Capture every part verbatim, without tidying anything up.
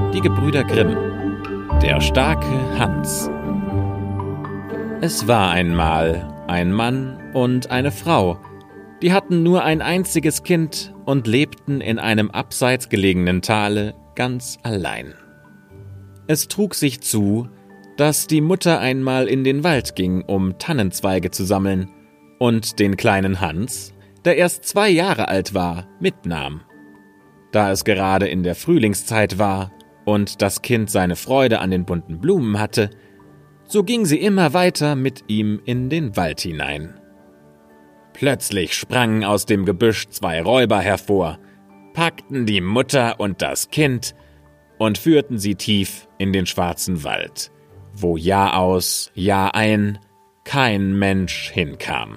Die Gebrüder Grimm. Der starke Hans. Es war einmal ein Mann und eine Frau, die hatten nur ein einziges Kind und lebten in einem abseits gelegenen Tale ganz allein. Es trug sich zu, dass die Mutter einmal in den Wald ging, um Tannenzweige zu sammeln und den kleinen Hans, der erst zwei Jahre alt war, mitnahm. Da es gerade in der Frühlingszeit war und das Kind seine Freude an den bunten Blumen hatte, so ging sie immer weiter mit ihm in den Wald hinein. Plötzlich sprangen aus dem Gebüsch zwei Räuber hervor, packten die Mutter und das Kind und führten sie tief in den schwarzen Wald, wo Jahr aus, Jahr ein kein Mensch hinkam.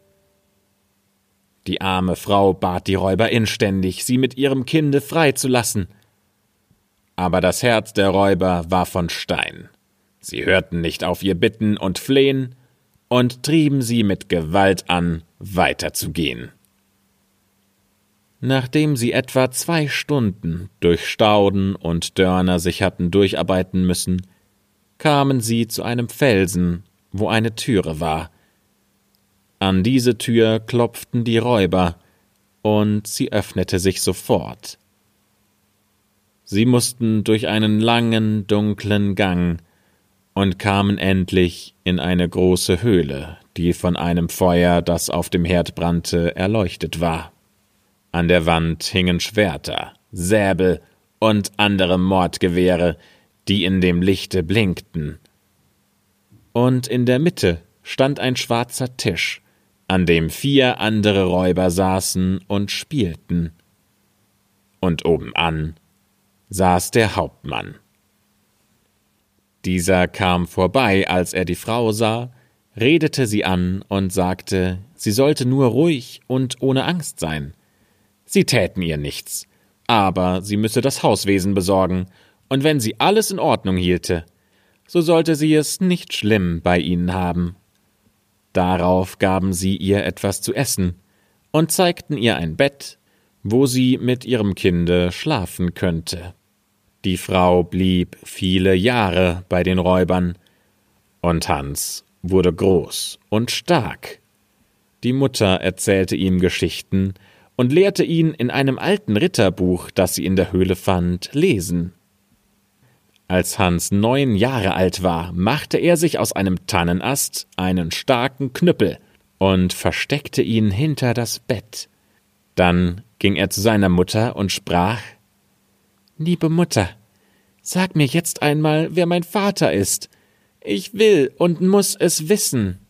Die arme Frau bat die Räuber inständig, sie mit ihrem Kinde freizulassen. Aber das Herz der Räuber war von Stein. Sie hörten nicht auf ihr Bitten und Flehen und trieben sie mit Gewalt an, weiterzugehen. Nachdem sie etwa zwei Stunden durch Stauden und Dörner sich hatten durcharbeiten müssen, kamen sie zu einem Felsen, wo eine Türe war. An diese Tür klopften die Räuber, und sie öffnete sich sofort. Sie mussten durch einen langen, dunklen Gang und kamen endlich in eine große Höhle, die von einem Feuer, das auf dem Herd brannte, erleuchtet war. An der Wand hingen Schwerter, Säbel und andere Mordgewehre, die in dem Lichte blinkten. Und in der Mitte stand ein schwarzer Tisch, an dem vier andere Räuber saßen und spielten. Und obenan saß der Hauptmann. Dieser kam vorbei, als er die Frau sah, redete sie an und sagte, sie sollte nur ruhig und ohne Angst sein. Sie täten ihr nichts, aber sie müsse das Hauswesen besorgen, und wenn sie alles in Ordnung hielte, so sollte sie es nicht schlimm bei ihnen haben. Darauf gaben sie ihr etwas zu essen und zeigten ihr ein Bett, wo sie mit ihrem Kinde schlafen könnte. Die Frau blieb viele Jahre bei den Räubern, und Hans wurde groß und stark. Die Mutter erzählte ihm Geschichten und lehrte ihn in einem alten Ritterbuch, das sie in der Höhle fand, lesen. Als Hans neun Jahre alt war, machte er sich aus einem Tannenast einen starken Knüppel und versteckte ihn hinter das Bett. Dann ging er zu seiner Mutter und sprach: »Liebe Mutter, sag mir jetzt einmal, wer mein Vater ist. Ich will und muß es wissen.«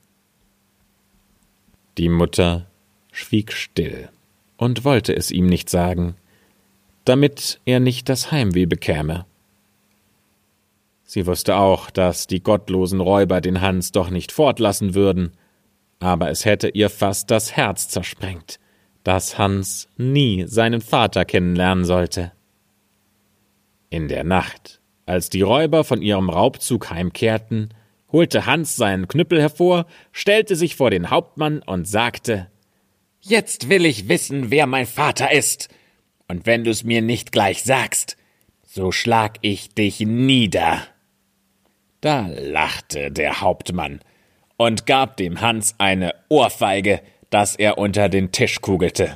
Die Mutter schwieg still und wollte es ihm nicht sagen, damit er nicht das Heimweh bekäme. Sie wusste auch, dass die gottlosen Räuber den Hans doch nicht fortlassen würden, aber es hätte ihr fast das Herz zersprengt, dass Hans nie seinen Vater kennenlernen sollte. In der Nacht, als die Räuber von ihrem Raubzug heimkehrten, holte Hans seinen Knüppel hervor, stellte sich vor den Hauptmann und sagte: »Jetzt will ich wissen, wer mein Vater ist, und wenn du's mir nicht gleich sagst, so schlag ich dich nieder.« Da lachte der Hauptmann und gab dem Hans eine Ohrfeige, dass er unter den Tisch kugelte.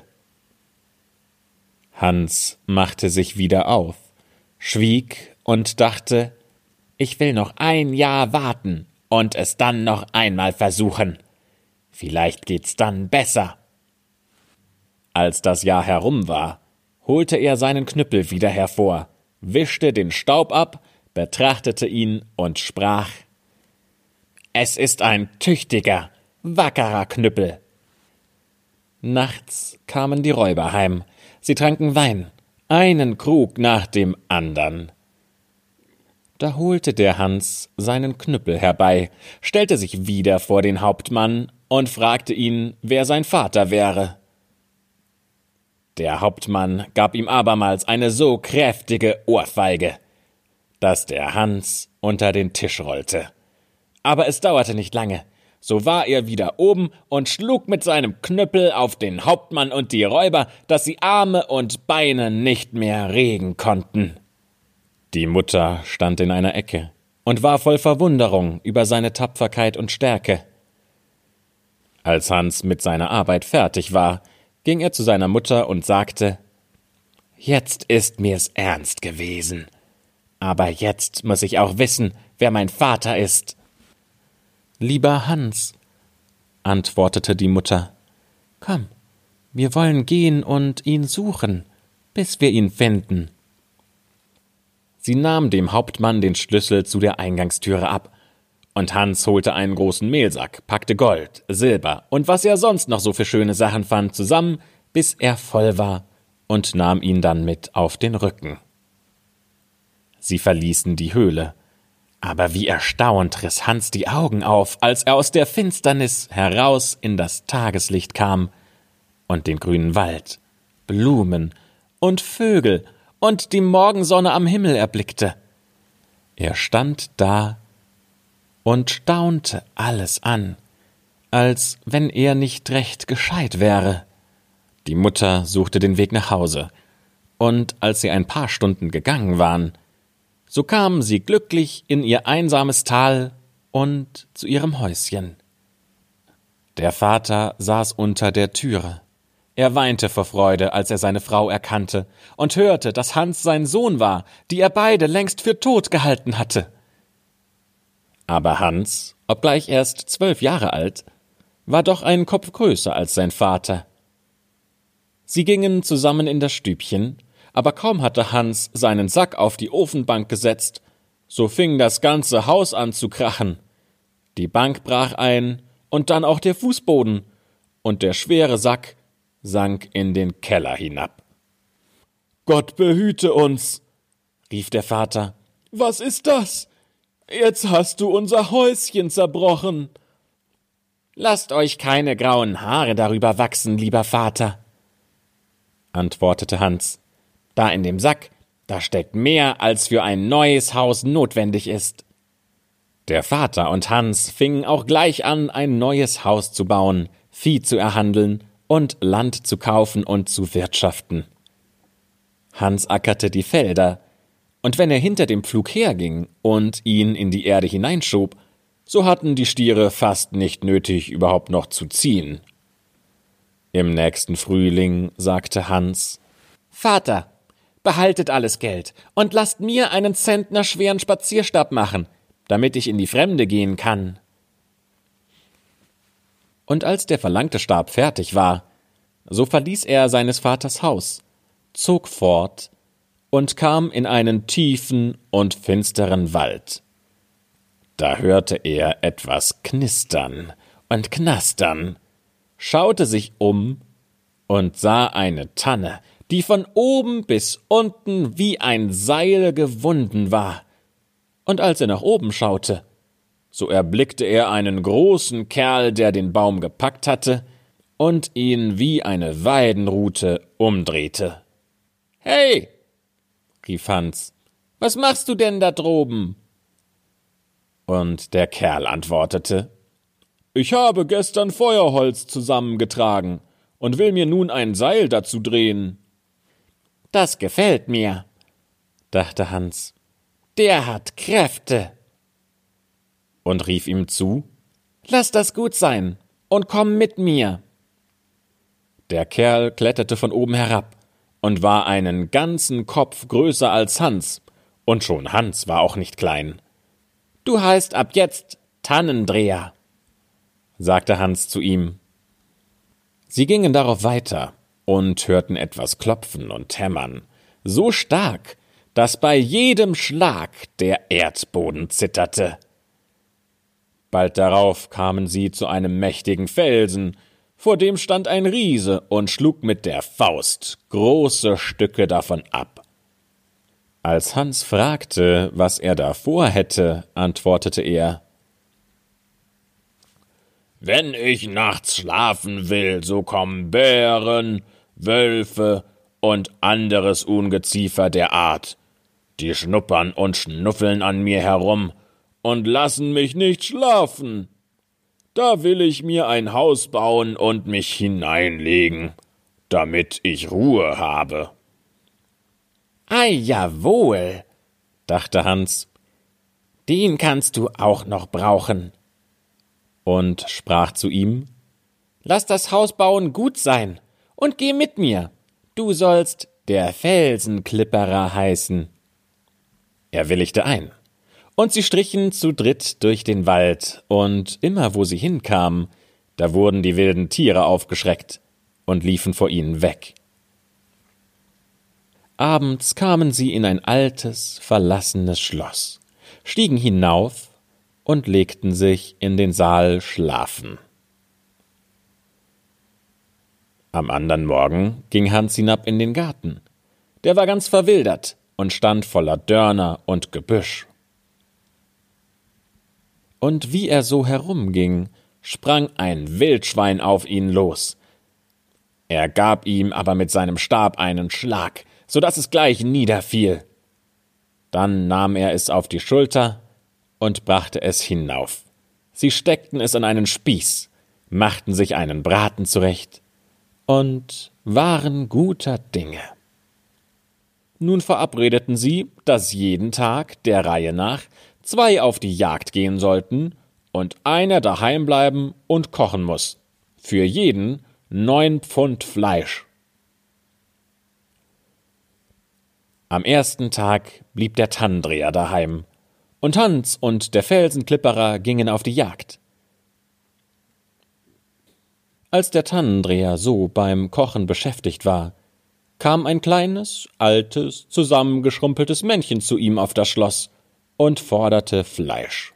Hans machte sich wieder auf, schwieg und dachte, ich will noch ein Jahr warten und es dann noch einmal versuchen. Vielleicht geht's dann besser. Als das Jahr herum war, holte er seinen Knüppel wieder hervor, wischte den Staub ab, betrachtete ihn und sprach: »Es ist ein tüchtiger, wackerer Knüppel.« Nachts kamen die Räuber heim. Sie tranken Wein, einen Krug nach dem andern. Da holte der Hans seinen Knüppel herbei, stellte sich wieder vor den Hauptmann und fragte ihn, wer sein Vater wäre. Der Hauptmann gab ihm abermals eine so kräftige Ohrfeige, dass der Hans unter den Tisch rollte. Aber es dauerte nicht lange, so war er wieder oben und schlug mit seinem Knüppel auf den Hauptmann und die Räuber, dass sie Arme und Beine nicht mehr regen konnten. Die Mutter stand in einer Ecke und war voll Verwunderung über seine Tapferkeit und Stärke. Als Hans mit seiner Arbeit fertig war, ging er zu seiner Mutter und sagte: »Jetzt ist mir's ernst gewesen, aber jetzt muss ich auch wissen, wer mein Vater ist.« »Lieber Hans«, antwortete die Mutter, »komm, wir wollen gehen und ihn suchen, bis wir ihn finden.« Sie nahm dem Hauptmann den Schlüssel zu der Eingangstüre ab, und Hans holte einen großen Mehlsack, packte Gold, Silber und was er sonst noch so für schöne Sachen fand zusammen, bis er voll war, und nahm ihn dann mit auf den Rücken. Sie verließen die Höhle, aber wie erstaunt riss Hans die Augen auf, als er aus der Finsternis heraus in das Tageslicht kam und den grünen Wald, Blumen und Vögel und die Morgensonne am Himmel erblickte. Er stand da und staunte alles an, als wenn er nicht recht gescheit wäre. Die Mutter suchte den Weg nach Hause, und als sie ein paar Stunden gegangen waren, so kamen sie glücklich in ihr einsames Tal und zu ihrem Häuschen. Der Vater saß unter der Türe. Er weinte vor Freude, als er seine Frau erkannte und hörte, dass Hans sein Sohn war, die er beide längst für tot gehalten hatte. Aber Hans, obgleich erst zwölf Jahre alt, war doch einen Kopf größer als sein Vater. Sie gingen zusammen in das Stübchen, aber kaum hatte Hans seinen Sack auf die Ofenbank gesetzt, so fing das ganze Haus an zu krachen. Die Bank brach ein und dann auch der Fußboden, und der schwere Sack sank in den Keller hinab. »Gott behüte uns«, rief der Vater. »Was ist das? Jetzt hast du unser Häuschen zerbrochen.« »Lasst euch keine grauen Haare darüber wachsen, lieber Vater«, antwortete Hans. »Da in dem Sack, da steckt mehr, als für ein neues Haus notwendig ist.« Der Vater und Hans fingen auch gleich an, ein neues Haus zu bauen, Vieh zu erhandeln und Land zu kaufen und zu wirtschaften. Hans ackerte die Felder, und wenn er hinter dem Pflug herging und ihn in die Erde hineinschob, so hatten die Stiere fast nicht nötig, überhaupt noch zu ziehen. Im nächsten Frühling sagte Hans: »Vater, behaltet alles Geld und lasst mir einen Zentner schweren Spazierstab machen, damit ich in die Fremde gehen kann.« Und als der verlangte Stab fertig war, so verließ er seines Vaters Haus, zog fort und kam in einen tiefen und finsteren Wald. Da hörte er etwas knistern und knastern, schaute sich um und sah eine Tanne, die von oben bis unten wie ein Seil gewunden war. Und als er nach oben schaute, so erblickte er einen großen Kerl, der den Baum gepackt hatte und ihn wie eine Weidenrute umdrehte. »Hey«, rief Hans, »was machst du denn da droben?« Und der Kerl antwortete: »Ich habe gestern Feuerholz zusammengetragen und will mir nun ein Seil dazu drehen.« »Das gefällt mir«, dachte Hans, »der hat Kräfte«, und rief ihm zu: »Lass das gut sein und komm mit mir.« Der Kerl kletterte von oben herab und war einen ganzen Kopf größer als Hans, und schon Hans war auch nicht klein. »Du heißt ab jetzt Tannendreher«, sagte Hans zu ihm. Sie gingen darauf weiter und hörten etwas klopfen und hämmern, so stark, dass bei jedem Schlag der Erdboden zitterte. Bald darauf kamen sie zu einem mächtigen Felsen, vor dem stand ein Riese und schlug mit der Faust große Stücke davon ab. Als Hans fragte, was er da vorhätte, antwortete er: »Wenn ich nachts schlafen will, so kommen Bären, Wölfe und anderes Ungeziefer der Art. Die schnuppern und schnuffeln an mir herum und lassen mich nicht schlafen. Da will ich mir ein Haus bauen und mich hineinlegen, damit ich Ruhe habe.« »Ei, jawohl«, dachte Hans, den kannst du auch noch brauchen, und sprach zu ihm, »Lass das Haus bauen gut sein und geh mit mir. Du sollst der Felsenklipperer heißen.« Er willigte ein, und sie strichen zu dritt durch den Wald, und immer wo sie hinkamen, da wurden die wilden Tiere aufgeschreckt und liefen vor ihnen weg. Abends kamen sie in ein altes, verlassenes Schloss, stiegen hinauf und legten sich in den Saal schlafen. Am andern Morgen ging Hans hinab in den Garten. Der war ganz verwildert und stand voller Dörner und Gebüsch. Und wie er so herumging, sprang ein Wildschwein auf ihn los. Er gab ihm aber mit seinem Stab einen Schlag, so daß es gleich niederfiel. Dann nahm er es auf die Schulter und brachte es hinauf. Sie steckten es an einen Spieß, machten sich einen Braten zurecht und waren guter Dinge. Nun verabredeten sie, dass jeden Tag, der Reihe nach, zwei auf die Jagd gehen sollten und einer daheim bleiben und kochen muß. Für jeden neun Pfund Fleisch. Am ersten Tag blieb der Tannendreher daheim, und Hans und der Felsenklipperer gingen auf die Jagd. Als der Tannendreher so beim Kochen beschäftigt war, kam ein kleines, altes, zusammengeschrumpeltes Männchen zu ihm auf das Schloss und forderte Fleisch.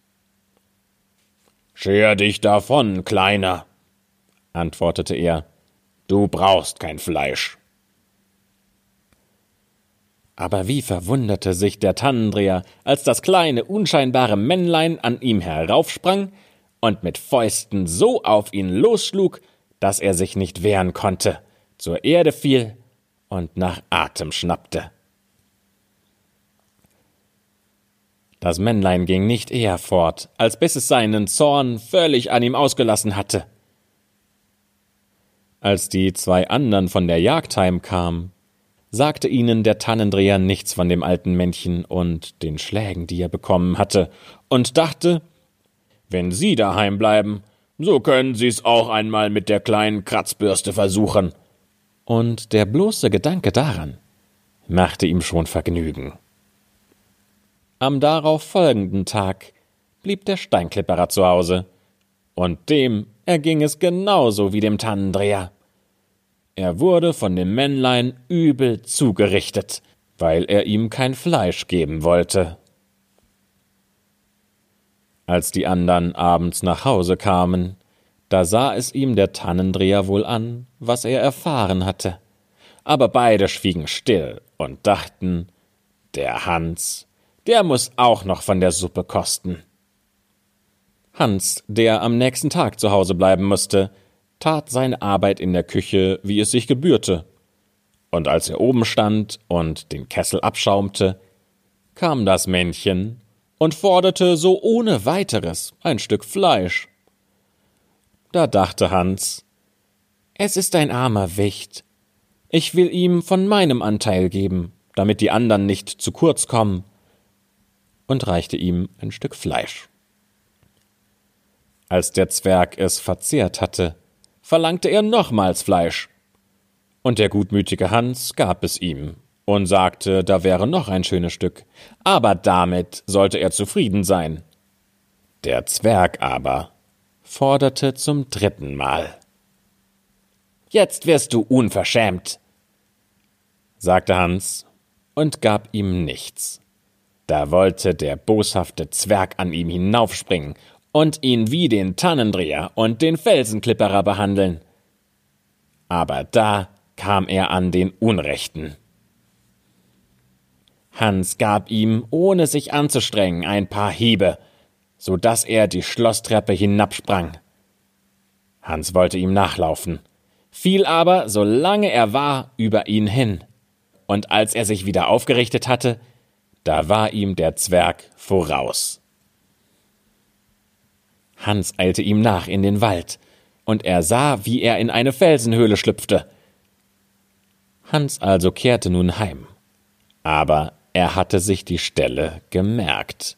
»Scher dich davon, Kleiner«, antwortete er, »du brauchst kein Fleisch.« Aber wie verwunderte sich der Tannendreher, als das kleine, unscheinbare Männlein an ihm heraufsprang und mit Fäusten so auf ihn losschlug, dass er sich nicht wehren konnte, zur Erde fiel und nach Atem schnappte. Das Männlein ging nicht eher fort, als bis es seinen Zorn völlig an ihm ausgelassen hatte. Als die zwei anderen von der Jagd heimkamen, sagte ihnen der Tannendreher nichts von dem alten Männchen und den Schlägen, die er bekommen hatte, und dachte, wenn Sie daheim bleiben, so können Sie's auch einmal mit der kleinen Kratzbürste versuchen. Und der bloße Gedanke daran machte ihm schon Vergnügen. Am darauf folgenden Tag blieb der Steinklipperer zu Hause, und dem erging es genauso wie dem Tannendreher. Er wurde von dem Männlein übel zugerichtet, weil er ihm kein Fleisch geben wollte. Als die andern abends nach Hause kamen, da sah es ihm der Tannendreher wohl an, was er erfahren hatte. Aber beide schwiegen still und dachten, der Hans, der muß auch noch von der Suppe kosten. Hans, der am nächsten Tag zu Hause bleiben musste, tat seine Arbeit in der Küche, wie es sich gebührte. Und als er oben stand und den Kessel abschaumte, kam das Männchen und forderte so ohne weiteres ein Stück Fleisch. Da dachte Hans, es ist ein armer Wicht. Ich will ihm von meinem Anteil geben, damit die anderen nicht zu kurz kommen, und reichte ihm ein Stück Fleisch. Als der Zwerg es verzehrt hatte, verlangte er nochmals Fleisch, und der gutmütige Hans gab es ihm und sagte, da wäre noch ein schönes Stück, aber damit sollte er zufrieden sein. Der Zwerg aber forderte zum dritten Mal. »Jetzt wirst du unverschämt«, sagte Hans und gab ihm nichts. Da wollte der boshafte Zwerg an ihm hinaufspringen und ihn wie den Tannendreher und den Felsenklipperer behandeln. Aber da kam er an den Unrechten. Hans gab ihm, ohne sich anzustrengen, ein paar Hiebe, so daß er die Schlosstreppe hinabsprang. Hans wollte ihm nachlaufen, fiel aber, solange er war, über ihn hin, und als er sich wieder aufgerichtet hatte, da war ihm der Zwerg voraus. Hans eilte ihm nach in den Wald, und er sah, wie er in eine Felsenhöhle schlüpfte. Hans also kehrte nun heim, aber er hatte sich die Stelle gemerkt.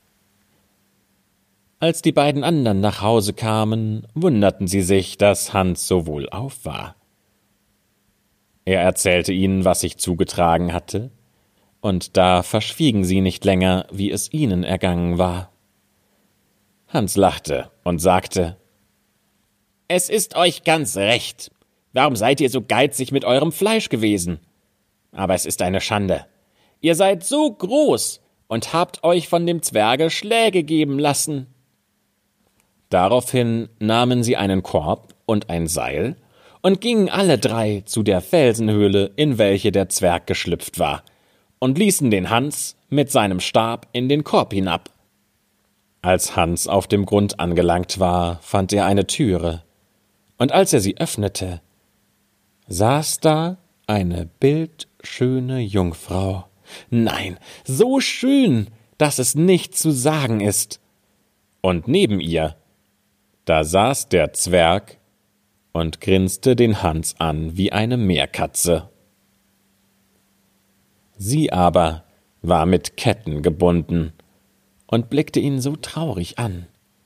Als die beiden anderen nach Hause kamen, wunderten sie sich, dass Hans so wohlauf war. Er erzählte ihnen, was sich zugetragen hatte, und da verschwiegen sie nicht länger, wie es ihnen ergangen war. Hans lachte und sagte: »Es ist euch ganz recht. Warum seid ihr so geizig mit eurem Fleisch gewesen? Aber es ist eine Schande. Ihr seid so groß und habt euch von dem Zwerge Schläge geben lassen.« Daraufhin nahmen sie einen Korb und ein Seil und gingen alle drei zu der Felsenhöhle, in welche der Zwerg geschlüpft war, und ließen den Hans mit seinem Stab in den Korb hinab. Als Hans auf dem Grund angelangt war, fand er eine Türe, und als er sie öffnete, saß da eine bildschöne Jungfrau. Nein, so schön, dass es nicht zu sagen ist. Und neben ihr, da saß der Zwerg und grinste den Hans an wie eine Meerkatze. Sie aber war mit Ketten gebunden und blickte ihn so traurig an,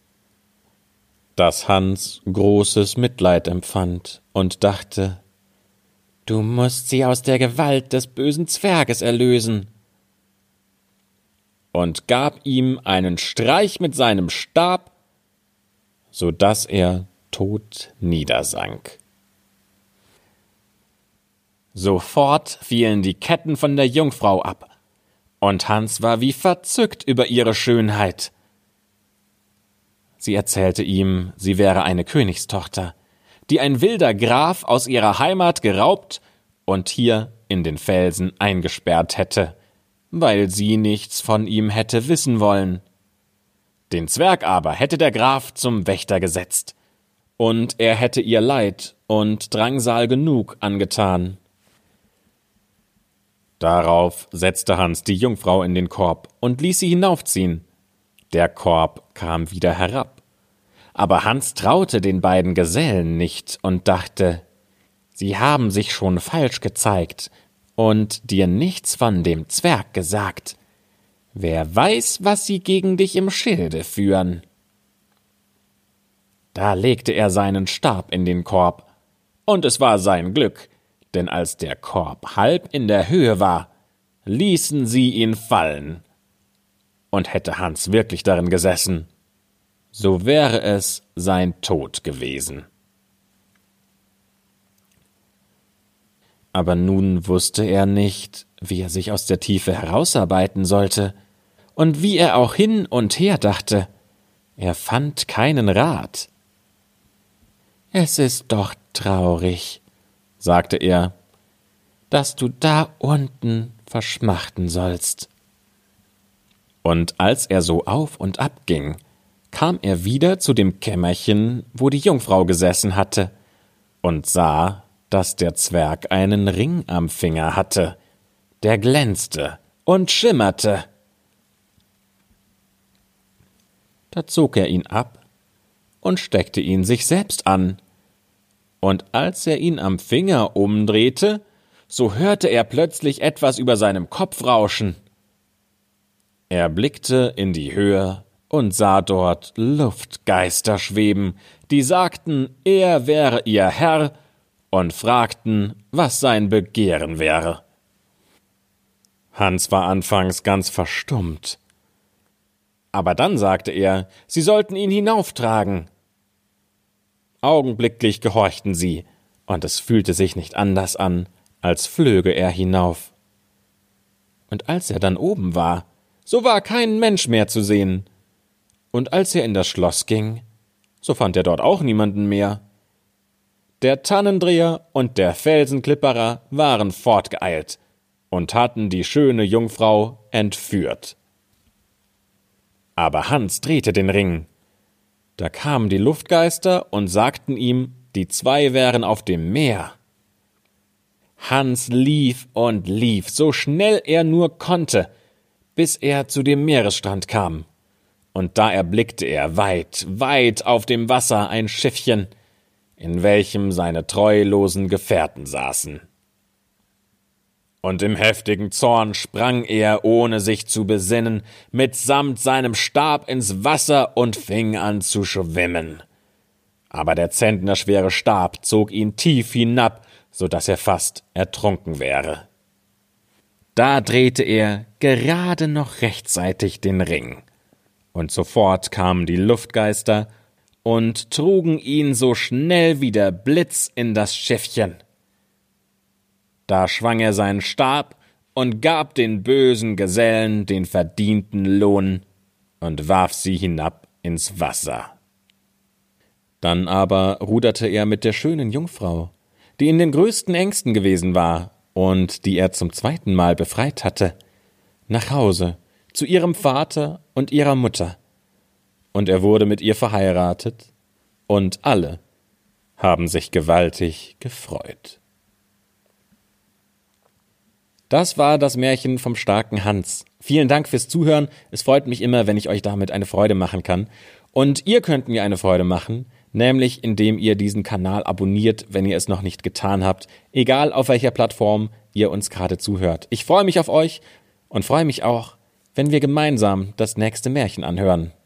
dass Hans großes Mitleid empfand und dachte: »Du mußt sie aus der Gewalt des bösen Zwerges erlösen«, und gab ihm einen Streich mit seinem Stab, so daß er tot niedersank. Sofort fielen die Ketten von der Jungfrau ab, und Hans war wie verzückt über ihre Schönheit. Sie erzählte ihm, sie wäre eine Königstochter, die ein wilder Graf aus ihrer Heimat geraubt und hier in den Felsen eingesperrt hätte, weil sie nichts von ihm hätte wissen wollen. Den Zwerg aber hätte der Graf zum Wächter gesetzt, und er hätte ihr Leid und Drangsal genug angetan. Darauf setzte Hans die Jungfrau in den Korb und ließ sie hinaufziehen. Der Korb kam wieder herab. Aber Hans traute den beiden Gesellen nicht und dachte: Sie haben sich schon falsch gezeigt und dir nichts von dem Zwerg gesagt. Wer weiß, was sie gegen dich im Schilde führen. Da legte er seinen Stab in den Korb, und es war sein Glück, denn als der Korb halb in der Höhe war, ließen sie ihn fallen. Und hätte Hans wirklich darin gesessen, so wäre es sein Tod gewesen. Aber nun wusste er nicht, wie er sich aus der Tiefe herausarbeiten sollte, und wie er auch hin und her dachte, er fand keinen Rat. »Es ist doch traurig«, sagte er, »dass du da unten verschmachten sollst.« Und als er so auf und ab ging, kam er wieder zu dem Kämmerchen, wo die Jungfrau gesessen hatte, und sah, dass der Zwerg einen Ring am Finger hatte, der glänzte und schimmerte. Da zog er ihn ab und steckte ihn sich selbst an, und als er ihn am Finger umdrehte, so hörte er plötzlich etwas über seinem Kopf rauschen. Er blickte in die Höhe und sah dort Luftgeister schweben, die sagten, er wäre ihr Herr, und fragten, was sein Begehren wäre. Hans war anfangs ganz verstummt. Aber dann sagte er, sie sollten ihn hinauftragen. Augenblicklich gehorchten sie, und es fühlte sich nicht anders an, als flöge er hinauf. Und als er dann oben war, so war kein Mensch mehr zu sehen. Und als er in das Schloss ging, so fand er dort auch niemanden mehr. Der Tannendreher und der Felsenklipperer waren fortgeeilt und hatten die schöne Jungfrau entführt. Aber Hans drehte den Ring. Da kamen die Luftgeister und sagten ihm, die zwei wären auf dem Meer. Hans lief und lief, so schnell er nur konnte, bis er zu dem Meeresstrand kam. Und da erblickte er weit, weit auf dem Wasser ein Schiffchen, in welchem seine treulosen Gefährten saßen. Und im heftigen Zorn sprang er, ohne sich zu besinnen, mitsamt seinem Stab ins Wasser und fing an zu schwimmen. Aber der zentnerschwere Stab zog ihn tief hinab, so daß er fast ertrunken wäre. Da drehte er gerade noch rechtzeitig den Ring, und sofort kamen die Luftgeister und trugen ihn so schnell wie der Blitz in das Schiffchen. Da schwang er seinen Stab und gab den bösen Gesellen den verdienten Lohn und warf sie hinab ins Wasser. Dann aber ruderte er mit der schönen Jungfrau, die in den größten Ängsten gewesen war und die er zum zweiten Mal befreit hatte, nach Hause zu ihrem Vater und ihrer Mutter. Und er wurde mit ihr verheiratet, und alle haben sich gewaltig gefreut. Das war das Märchen vom starken Hans. Vielen Dank fürs Zuhören. Es freut mich immer, wenn ich euch damit eine Freude machen kann. Und ihr könnt mir eine Freude machen, nämlich indem ihr diesen Kanal abonniert, wenn ihr es noch nicht getan habt, egal auf welcher Plattform ihr uns gerade zuhört. Ich freue mich auf euch und freue mich auch, wenn wir gemeinsam das nächste Märchen anhören.